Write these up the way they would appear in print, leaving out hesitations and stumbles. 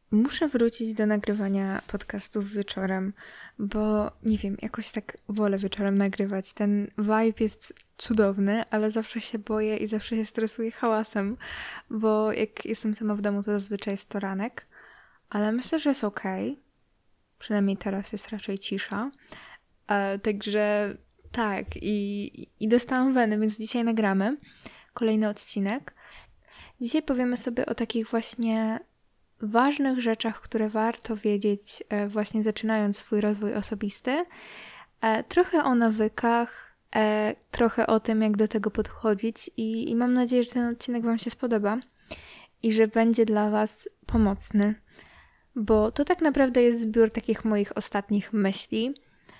Muszę wrócić do nagrywania podcastów wieczorem, bo nie wiem, jakoś tak wolę wieczorem nagrywać. Ten vibe jest cudowny, ale zawsze się boję i zawsze się stresuję hałasem, bo jak jestem sama w domu, to zazwyczaj jest to ranek, ale myślę, że jest okej. Przynajmniej teraz jest raczej cisza. Także tak, i dostałam weny, więc dzisiaj nagramy kolejny odcinek. Dzisiaj powiemy sobie o takich właśnie ważnych rzeczach, które warto wiedzieć właśnie zaczynając swój rozwój osobisty. Trochę o nawykach, trochę o tym, jak do tego podchodzić i mam nadzieję, że ten odcinek Wam się spodoba i że będzie dla Was pomocny, bo to tak naprawdę jest zbiór takich moich ostatnich myśli.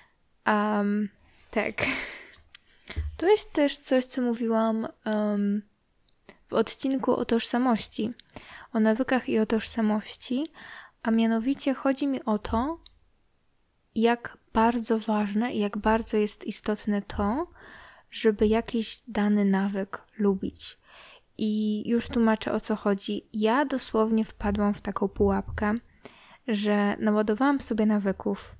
Tak. To jest też coś, co mówiłam w odcinku o tożsamości, o nawykach i o tożsamości, a mianowicie chodzi mi o to, jak bardzo ważne i jak bardzo jest istotne to, żeby jakiś dany nawyk lubić. I już tłumaczę, o co chodzi. Ja dosłownie wpadłam w taką pułapkę, że naładowałam sobie nawyków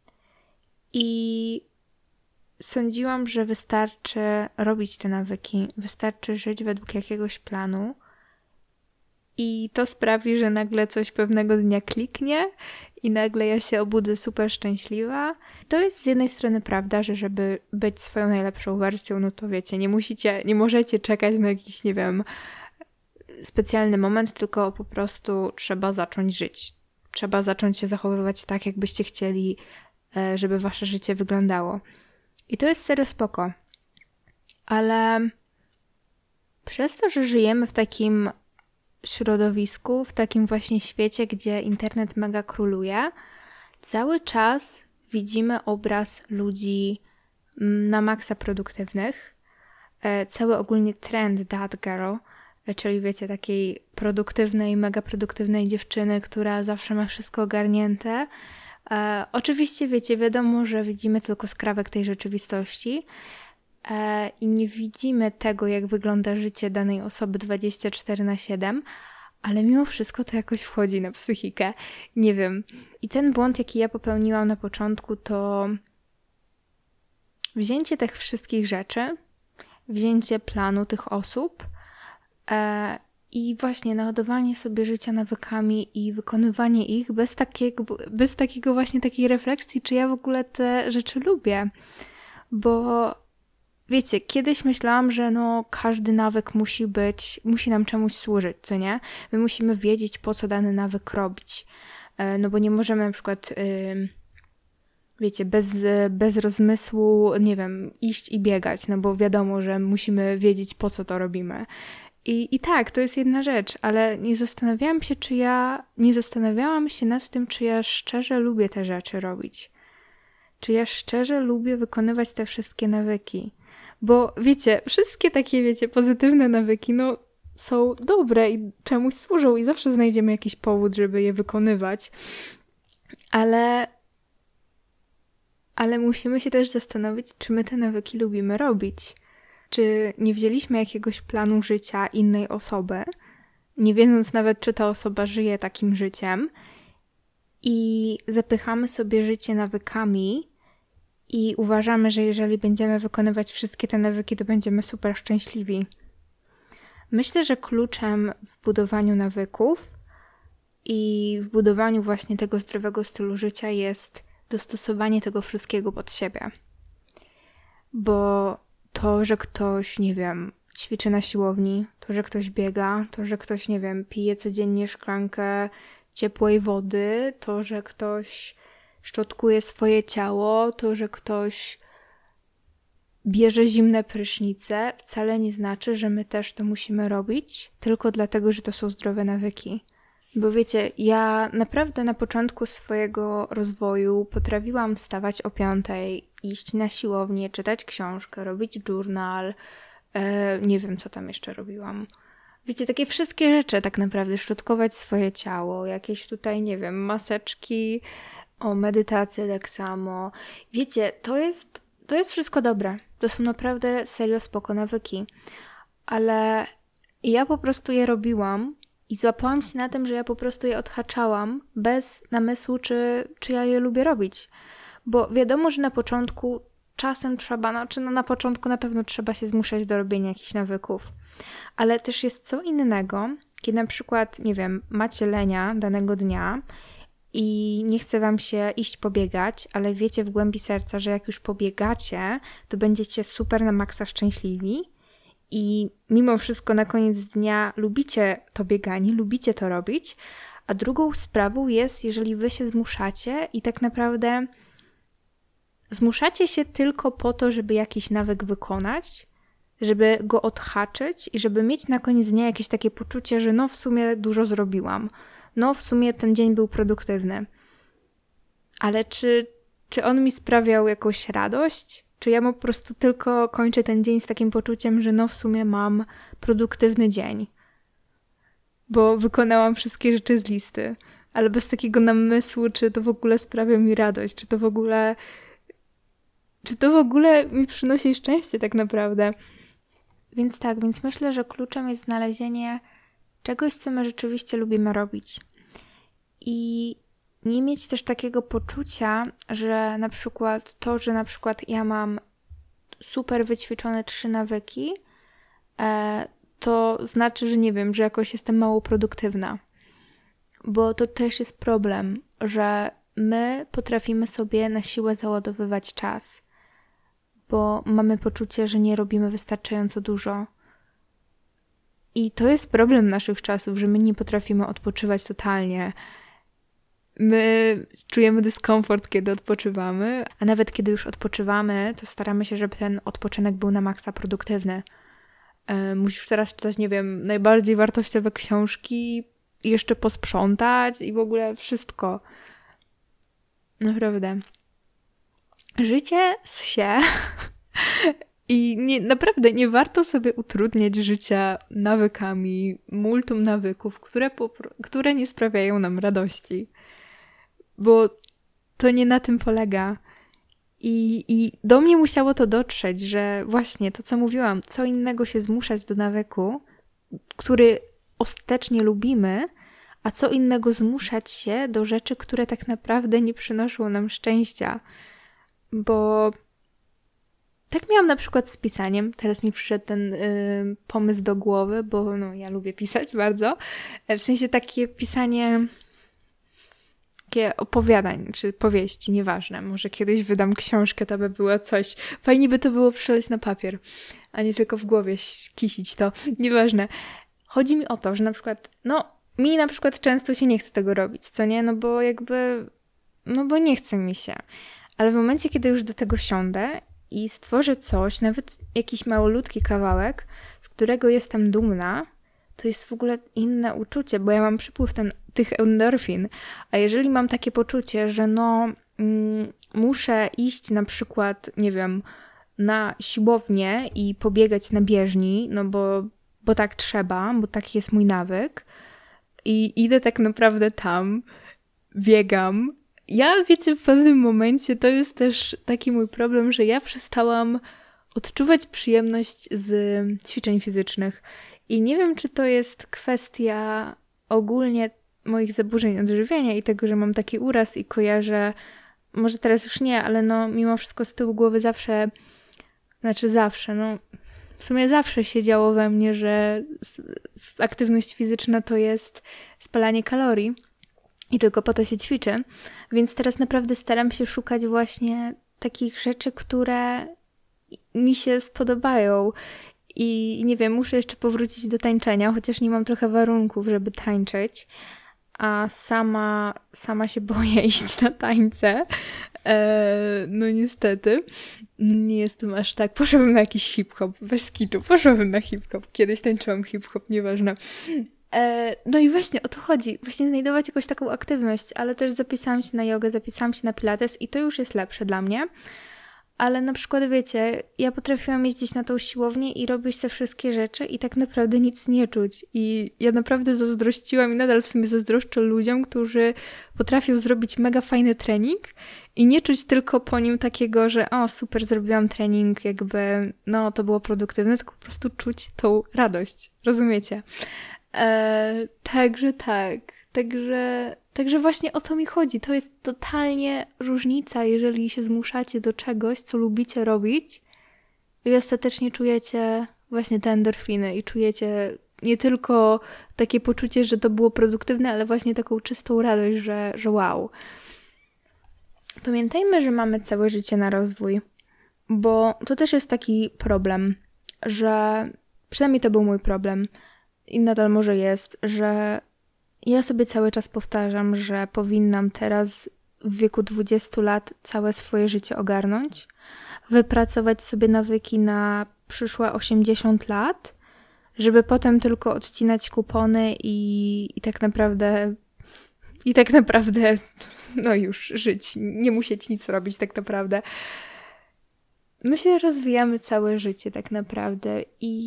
i sądziłam, że wystarczy robić te nawyki, wystarczy żyć według jakiegoś planu i to sprawi, że nagle coś pewnego dnia kliknie i nagle ja się obudzę super szczęśliwa. To jest z jednej strony prawda, że żeby być swoją najlepszą wersją, no to wiecie, nie możecie czekać na jakiś, nie wiem, specjalny moment, tylko po prostu trzeba zacząć żyć. Trzeba zacząć się zachowywać tak, jakbyście chcieli, żeby wasze życie wyglądało. I to jest serio spoko. Ale przez to, że żyjemy w takim środowisku, w takim właśnie świecie, gdzie internet mega króluje, cały czas widzimy obraz ludzi na maksa produktywnych. Cały ogólnie trend that girl, czyli wiecie, takiej produktywnej, mega produktywnej dziewczyny, która zawsze ma wszystko ogarnięte. Oczywiście, wiecie, wiadomo, że widzimy tylko skrawek tej rzeczywistości i nie widzimy tego, jak wygląda życie danej osoby 24/7, ale mimo wszystko to jakoś wchodzi na psychikę. Nie wiem. I ten błąd, jaki ja popełniłam na początku, to wzięcie tych wszystkich rzeczy, wzięcie planu tych osób i właśnie naładowanie sobie życia nawykami i wykonywanie ich bez takiego właśnie takiej refleksji, czy ja w ogóle te rzeczy lubię. Bo wiecie, kiedyś myślałam, że no każdy nawyk musi nam czemuś służyć, co nie? My musimy wiedzieć, po co dany nawyk robić. No bo nie możemy na przykład, wiecie, bez rozmysłu, nie wiem, iść i biegać, no bo wiadomo, że musimy wiedzieć, po co to robimy. I tak, to jest jedna rzecz, ale nie zastanawiałam się nad tym, czy ja szczerze lubię te rzeczy robić. Czy ja szczerze lubię wykonywać te wszystkie nawyki. Bo wiecie, wszystkie takie, wiecie, pozytywne nawyki, no są dobre i czemuś służą i zawsze znajdziemy jakiś powód, żeby je wykonywać. Ale musimy się też zastanowić, czy my te nawyki lubimy robić. Czy nie wzięliśmy jakiegoś planu życia innej osoby, nie wiedząc nawet, czy ta osoba żyje takim życiem i zapychamy sobie życie nawykami i uważamy, że jeżeli będziemy wykonywać wszystkie te nawyki, to będziemy super szczęśliwi. Myślę, że kluczem w budowaniu nawyków i w budowaniu właśnie tego zdrowego stylu życia jest dostosowanie tego wszystkiego pod siebie. Bo to, że ktoś, nie wiem, ćwiczy na siłowni, to, że ktoś biega, to, że ktoś, nie wiem, pije codziennie szklankę ciepłej wody, to, że ktoś szczotkuje swoje ciało, to, że ktoś bierze zimne prysznice, wcale nie znaczy, że my też to musimy robić, tylko dlatego, że to są zdrowe nawyki. Bo wiecie, ja naprawdę na początku swojego rozwoju potrafiłam wstawać o 5:00, iść na siłownię, czytać książkę, robić journal, nie wiem, co tam jeszcze robiłam. Wiecie, takie wszystkie rzeczy tak naprawdę, szczotkować swoje ciało, jakieś tutaj, nie wiem, maseczki, medytację tak samo. Wiecie, to jest wszystko dobre. To są naprawdę serio spoko nawyki. Ale ja po prostu je robiłam I złapałam się na tym, że ja po prostu je odhaczałam bez namysłu, czy ja je lubię robić. Bo wiadomo, że na początku czasem trzeba, na początku na pewno trzeba się zmuszać do robienia jakichś nawyków. Ale też jest co innego, kiedy na przykład, nie wiem, macie lenia danego dnia i nie chce wam się iść pobiegać, ale wiecie w głębi serca, że jak już pobiegacie, to będziecie super na maksa szczęśliwi i mimo wszystko na koniec dnia lubicie to bieganie, lubicie to robić, a drugą sprawą jest, jeżeli wy się zmuszacie i tak naprawdę zmuszacie się tylko po to, żeby jakiś nawyk wykonać, żeby go odhaczyć i żeby mieć na koniec dnia jakieś takie poczucie, że no w sumie dużo zrobiłam. No w sumie ten dzień był produktywny. Ale czy on mi sprawiał jakąś radość? Czy ja po prostu tylko kończę ten dzień z takim poczuciem, że no w sumie mam produktywny dzień? Bo wykonałam wszystkie rzeczy z listy. Ale bez takiego namysłu, czy to w ogóle sprawia mi radość, czy to w ogóle mi przynosi szczęście tak naprawdę. Więc myślę, że kluczem jest znalezienie czegoś, co my rzeczywiście lubimy robić. I nie mieć też takiego poczucia, że na przykład ja mam super wyćwiczone 3 nawyki, to znaczy, że nie wiem, że jakoś jestem mało produktywna. Bo to też jest problem, że my potrafimy sobie na siłę załadowywać czas, bo mamy poczucie, że nie robimy wystarczająco dużo. I to jest problem naszych czasów, że my nie potrafimy odpoczywać totalnie. My czujemy dyskomfort, kiedy odpoczywamy, a nawet kiedy już odpoczywamy, to staramy się, żeby ten odpoczynek był na maksa produktywny. Musisz teraz czytać, nie wiem, najbardziej wartościowe książki, jeszcze posprzątać i w ogóle wszystko. Naprawdę. Życie się i naprawdę nie warto sobie utrudniać życia nawykami, multum nawyków, które nie sprawiają nam radości. Bo to nie na tym polega. I do mnie musiało to dotrzeć, że właśnie to, co mówiłam, co innego się zmuszać do nawyku, który ostatecznie lubimy, a co innego zmuszać się do rzeczy, które tak naprawdę nie przynoszą nam szczęścia. Bo tak miałam na przykład z pisaniem. Teraz mi przyszedł ten pomysł do głowy, bo ja lubię pisać bardzo. W sensie takie pisanie takie opowiadań, czy powieści, nieważne. Może kiedyś wydam książkę, to by było coś. Fajnie by to było przeleć na papier, a nie tylko w głowie kisić to. Nieważne. Chodzi mi o to, że na przykład, mi na przykład często się nie chce tego robić, co nie? Bo nie chce mi się. Ale w momencie, kiedy już do tego siądę i stworzę coś, nawet jakiś malutki kawałek, z którego jestem dumna, to jest w ogóle inne uczucie, bo ja mam przypływ tych endorfin. A jeżeli mam takie poczucie, że muszę iść na przykład, nie wiem, na siłownię i pobiegać na bieżni, bo tak trzeba, bo taki jest mój nawyk i idę tak naprawdę tam, biegam. Ja, wiecie, w pewnym momencie to jest też taki mój problem, że ja przestałam odczuwać przyjemność z ćwiczeń fizycznych. I nie wiem, czy to jest kwestia ogólnie moich zaburzeń odżywiania i tego, że mam taki uraz i kojarzę, może teraz już nie, ale mimo wszystko z tyłu głowy w sumie zawsze się działo we mnie, że aktywność fizyczna to jest spalanie kalorii i tylko po to się ćwiczy. Więc teraz naprawdę staram się szukać właśnie takich rzeczy, które mi się spodobają. I nie wiem, muszę jeszcze powrócić do tańczenia, chociaż nie mam trochę warunków, żeby tańczyć, a sama się boję iść na tańce. Niestety, nie jestem aż tak. Poszłabym na jakiś hip-hop, bez kitu, poszłabym na hip-hop. Kiedyś tańczyłam hip-hop, nieważne. I właśnie o to chodzi, właśnie znajdować jakąś taką aktywność, ale też zapisałam się na jogę, zapisałam się na pilates i to już jest lepsze dla mnie. Ale na przykład, wiecie, ja potrafiłam jeździć na tą siłownię i robić te wszystkie rzeczy i tak naprawdę nic nie czuć. I ja naprawdę zazdrościłam i nadal w sumie zazdroszczę ludziom, którzy potrafią zrobić mega fajny trening i nie czuć tylko po nim takiego, że super, zrobiłam trening, to było produktywne, tylko po prostu czuć tą radość. Rozumiecie? Także tak. Także właśnie o to mi chodzi. To jest totalnie różnica, jeżeli się zmuszacie do czegoś, co lubicie robić i ostatecznie czujecie właśnie te endorfiny i czujecie nie tylko takie poczucie, że to było produktywne, ale właśnie taką czystą radość, że wow. Pamiętajmy, że mamy całe życie na rozwój, bo to też jest taki problem, że przynajmniej to był mój problem i nadal może jest, że ja sobie cały czas powtarzam, że powinnam teraz w wieku 20 lat całe swoje życie ogarnąć, wypracować sobie nawyki na przyszłe 80 lat, żeby potem tylko odcinać kupony i tak naprawdę no już żyć, nie musieć nic robić tak naprawdę. My się rozwijamy całe życie tak naprawdę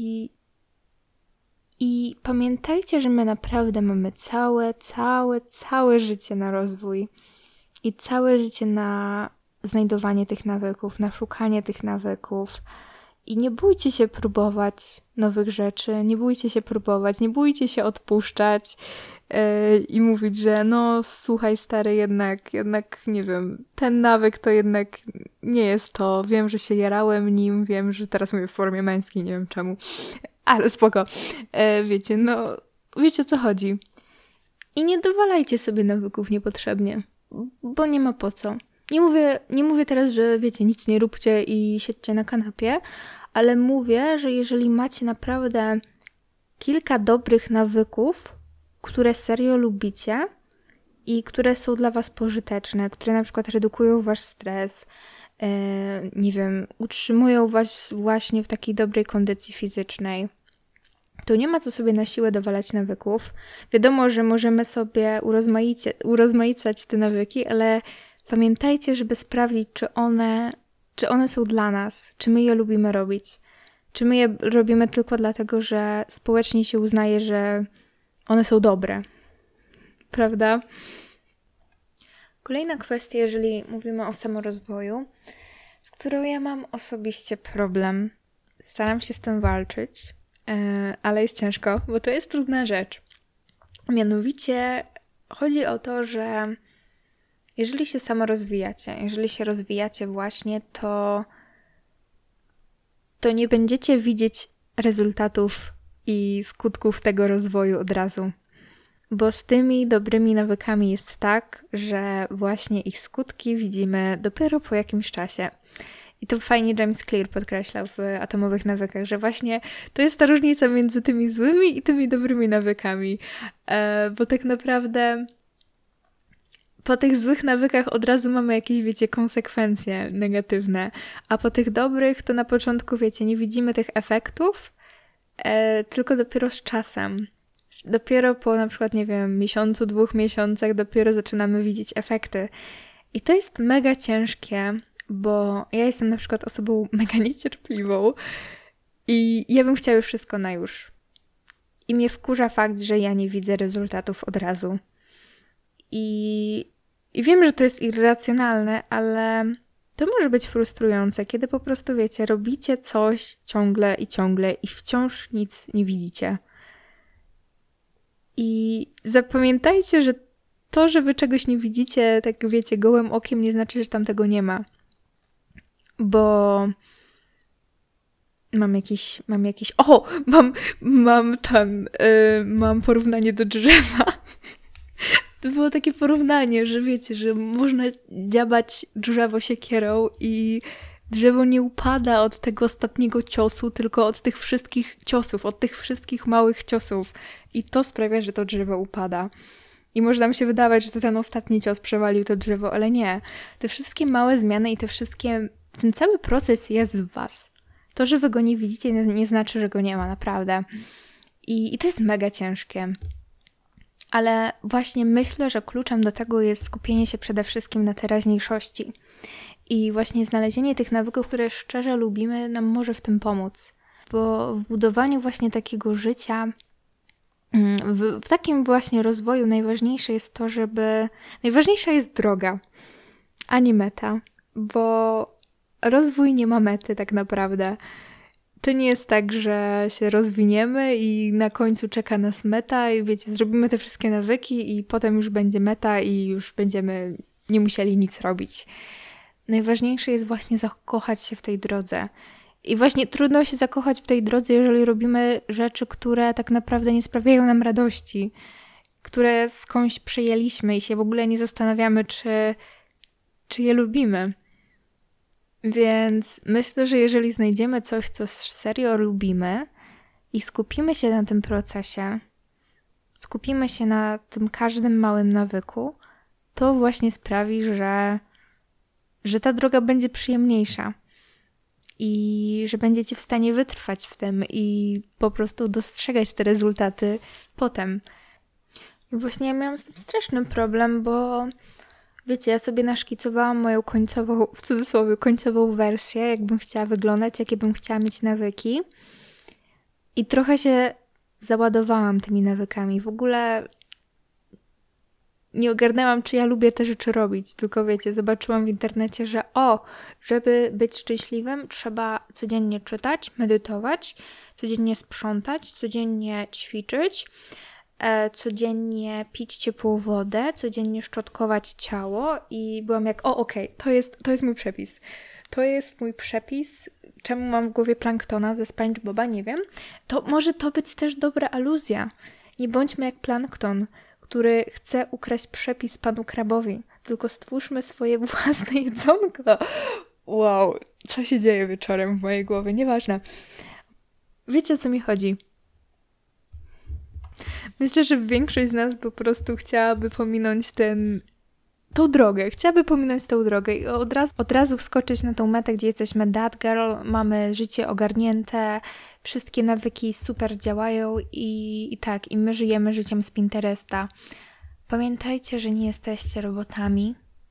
i pamiętajcie, że my naprawdę mamy całe życie na rozwój i całe życie na znajdowanie tych nawyków, na szukanie tych nawyków. I nie bójcie się próbować nowych rzeczy, nie bójcie się próbować, nie bójcie się odpuszczać i mówić, że no słuchaj stary, jednak nie wiem, ten nawyk to jednak nie jest to. Wiem, że się jarałem nim, wiem, że teraz mówię w formie męskiej, nie wiem czemu, ale spoko. Wiecie o co chodzi. I nie dowalajcie sobie nawyków niepotrzebnie, bo nie ma po co. Nie mówię teraz, że wiecie, nic nie róbcie i siedźcie na kanapie, ale mówię, że jeżeli macie naprawdę kilka dobrych nawyków, które serio lubicie i które są dla was pożyteczne, które na przykład redukują wasz stres, nie wiem, utrzymują was właśnie w takiej dobrej kondycji fizycznej, to nie ma co sobie na siłę dowalać nawyków. Wiadomo, że możemy sobie urozmaicać te nawyki, ale pamiętajcie, żeby sprawdzić, czy one są dla nas, czy my je lubimy robić. Czy my je robimy tylko dlatego, że społecznie się uznaje, że one są dobre. Prawda? Kolejna kwestia, jeżeli mówimy o samorozwoju, z którą ja mam osobiście problem. Staram się z tym walczyć, ale jest ciężko, bo to jest trudna rzecz. Mianowicie chodzi o to, że jeżeli się samorozwijacie, jeżeli się rozwijacie właśnie, to nie będziecie widzieć rezultatów i skutków tego rozwoju od razu. Bo z tymi dobrymi nawykami jest tak, że właśnie ich skutki widzimy dopiero po jakimś czasie. I to fajnie James Clear podkreślał w Atomowych nawykach, że właśnie to jest ta różnica między tymi złymi i tymi dobrymi nawykami. Bo tak naprawdę po tych złych nawykach od razu mamy jakieś, wiecie, konsekwencje negatywne, a po tych dobrych to na początku, wiecie, nie widzimy tych efektów, tylko dopiero z czasem. Dopiero po na przykład, nie wiem, miesiącu, 2 miesiącach dopiero zaczynamy widzieć efekty. I to jest mega ciężkie, bo ja jestem na przykład osobą mega niecierpliwą i ja bym chciała już wszystko na już. I mnie wkurza fakt, że ja nie widzę rezultatów od razu. I wiem, że to jest irracjonalne, ale to może być frustrujące, kiedy po prostu, wiecie, robicie coś ciągle i wciąż nic nie widzicie. I zapamiętajcie, że to, że wy czegoś nie widzicie, tak wiecie, gołym okiem, nie znaczy, że tam tego nie ma. Bo mam porównanie do drzewa. To było takie porównanie, że wiecie, że można dziabać drzewo siekierą i drzewo nie upada od tego ostatniego ciosu, tylko od tych wszystkich ciosów, od tych wszystkich małych ciosów. I to sprawia, że to drzewo upada. I może nam się wydawać, że to ten ostatni cios przewalił to drzewo, ale nie. Te wszystkie małe zmiany i ten cały proces jest w was. To, że wy go nie widzicie, nie znaczy, że go nie ma, naprawdę. I to jest mega ciężkie. Ale właśnie myślę, że kluczem do tego jest skupienie się przede wszystkim na teraźniejszości. I właśnie znalezienie tych nawyków, które szczerze lubimy, nam może w tym pomóc. Bo w budowaniu właśnie takiego życia, w takim właśnie rozwoju najważniejsze jest to, najważniejsza jest droga, a nie meta. Bo rozwój nie ma mety tak naprawdę. to nie jest tak, że się rozwiniemy i na końcu czeka nas meta i wiecie, zrobimy te wszystkie nawyki i potem już będzie meta i już będziemy nie musieli nic robić. Najważniejsze jest właśnie zakochać się w tej drodze. I właśnie trudno się zakochać w tej drodze, jeżeli robimy rzeczy, które tak naprawdę nie sprawiają nam radości, które skądś przejęliśmy i się w ogóle nie zastanawiamy, czy je lubimy. Więc myślę, że jeżeli znajdziemy coś, co serio lubimy i skupimy się na tym procesie, skupimy się na tym każdym małym nawyku, to właśnie sprawi, że ta droga będzie przyjemniejsza i że będziecie w stanie wytrwać w tym i po prostu dostrzegać te rezultaty potem. I właśnie ja miałam z tym straszny problem, bo wiecie, ja sobie naszkicowałam moją końcową, w cudzysłowie, końcową wersję, jakbym chciała wyglądać, jakie bym chciała mieć nawyki. I trochę się załadowałam tymi nawykami. W ogóle nie ogarnęłam, czy ja lubię te rzeczy robić. Tylko wiecie, zobaczyłam w internecie, że żeby być szczęśliwym, trzeba codziennie czytać, medytować, codziennie sprzątać, codziennie ćwiczyć, codziennie pić ciepłą wodę, codziennie szczotkować ciało i byłam jak, okej, to jest mój przepis. To jest mój przepis. Czemu mam w głowie Planktona ze SpongeBoba? Nie wiem. To może to być też dobra aluzja. Nie bądźmy jak Plankton, który chce ukraść przepis panu Krabowi. Tylko stwórzmy swoje własne jedzonko. Wow, co się dzieje wieczorem w mojej głowie? Nieważne. Wiecie, o co mi chodzi? Myślę, że większość z nas po prostu chciałaby pominąć tą drogę. Chciałaby pominąć tą drogę i od razu wskoczyć na tą metę, gdzie jesteśmy that girl, mamy życie ogarnięte, wszystkie nawyki super działają i tak, i my żyjemy życiem z Pinteresta. Pamiętajcie, że nie jesteście robotami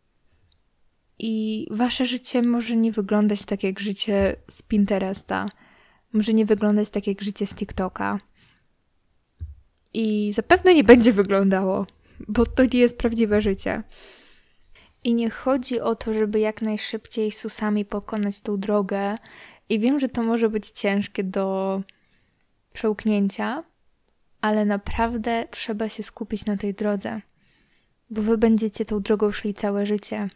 i wasze życie może nie wyglądać tak jak życie z Pinteresta. Może nie wyglądać tak jak życie z TikToka. I zapewne nie będzie wyglądało, bo to nie jest prawdziwe życie. I nie chodzi o to, żeby jak najszybciej susami pokonać tą drogę. I wiem, że to może być ciężkie do przełknięcia, ale naprawdę trzeba się skupić na tej drodze, bo wy będziecie tą drogą szli całe życie.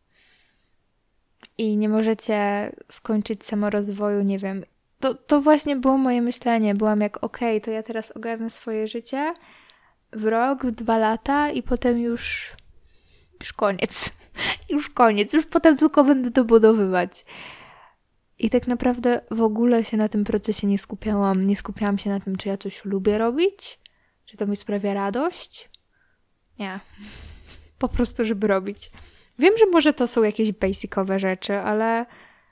I nie możecie skończyć samorozwoju, nie wiem. To właśnie było moje myślenie. Byłam jak, to ja teraz ogarnę swoje życie w rok, w 2 lata i potem już koniec. Już koniec. Już potem tylko będę dobudowywać. I tak naprawdę w ogóle się na tym procesie nie skupiałam. Nie skupiałam się na tym, czy ja coś lubię robić, czy to mi sprawia radość. Nie. Po prostu, żeby robić. Wiem, że może to są jakieś basicowe rzeczy, ale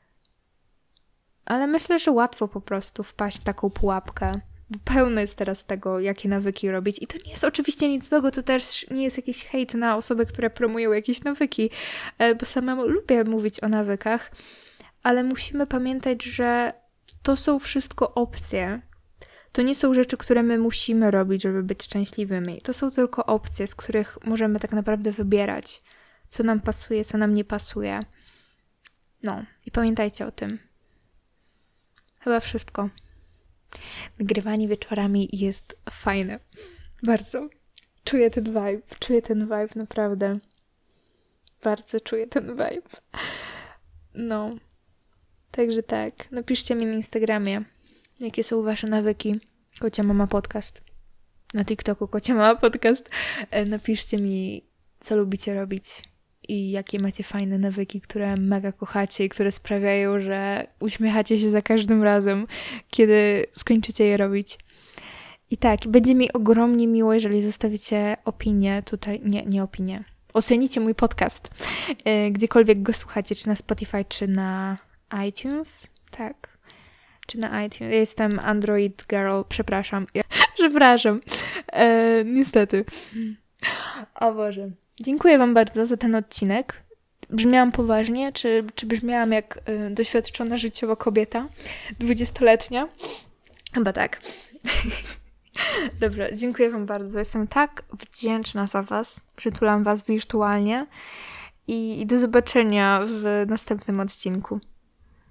myślę, że łatwo po prostu wpaść w taką pułapkę. Bo pełno jest teraz tego, jakie nawyki robić. I to nie jest oczywiście nic złego, to też nie jest jakiś hejt na osoby, które promują jakieś nawyki, bo sama lubię mówić o nawykach, ale musimy pamiętać, że to są wszystko opcje. To nie są rzeczy, które my musimy robić, żeby być szczęśliwymi. To są tylko opcje, z których możemy tak naprawdę wybierać, co nam pasuje, co nam nie pasuje. No, i pamiętajcie o tym. Chyba wszystko. Nagrywanie wieczorami jest fajne. Bardzo. Czuję ten vibe, naprawdę. Bardzo czuję ten vibe. No. Także tak. Napiszcie mi na Instagramie, jakie są wasze nawyki. Kocia Mama Podcast. Na TikToku Kocia Mama Podcast. Napiszcie mi, co lubicie robić i jakie macie fajne nawyki, które mega kochacie i które sprawiają, że uśmiechacie się za każdym razem, kiedy skończycie je robić. I tak, będzie mi ogromnie miło, jeżeli zostawicie opinię tutaj, nie opinię, ocenicie mój podcast, gdziekolwiek go słuchacie, czy na Spotify, czy na iTunes, tak, czy na iTunes. Ja jestem Android Girl, przepraszam, niestety. O Boże. Dziękuję wam bardzo za ten odcinek. Brzmiałam poważnie, czy brzmiałam jak doświadczona życiowo kobieta, 20-letnia? Chyba tak. Dobrze, dziękuję wam bardzo. Jestem tak wdzięczna za was. Przytulam was wirtualnie i do zobaczenia w następnym odcinku.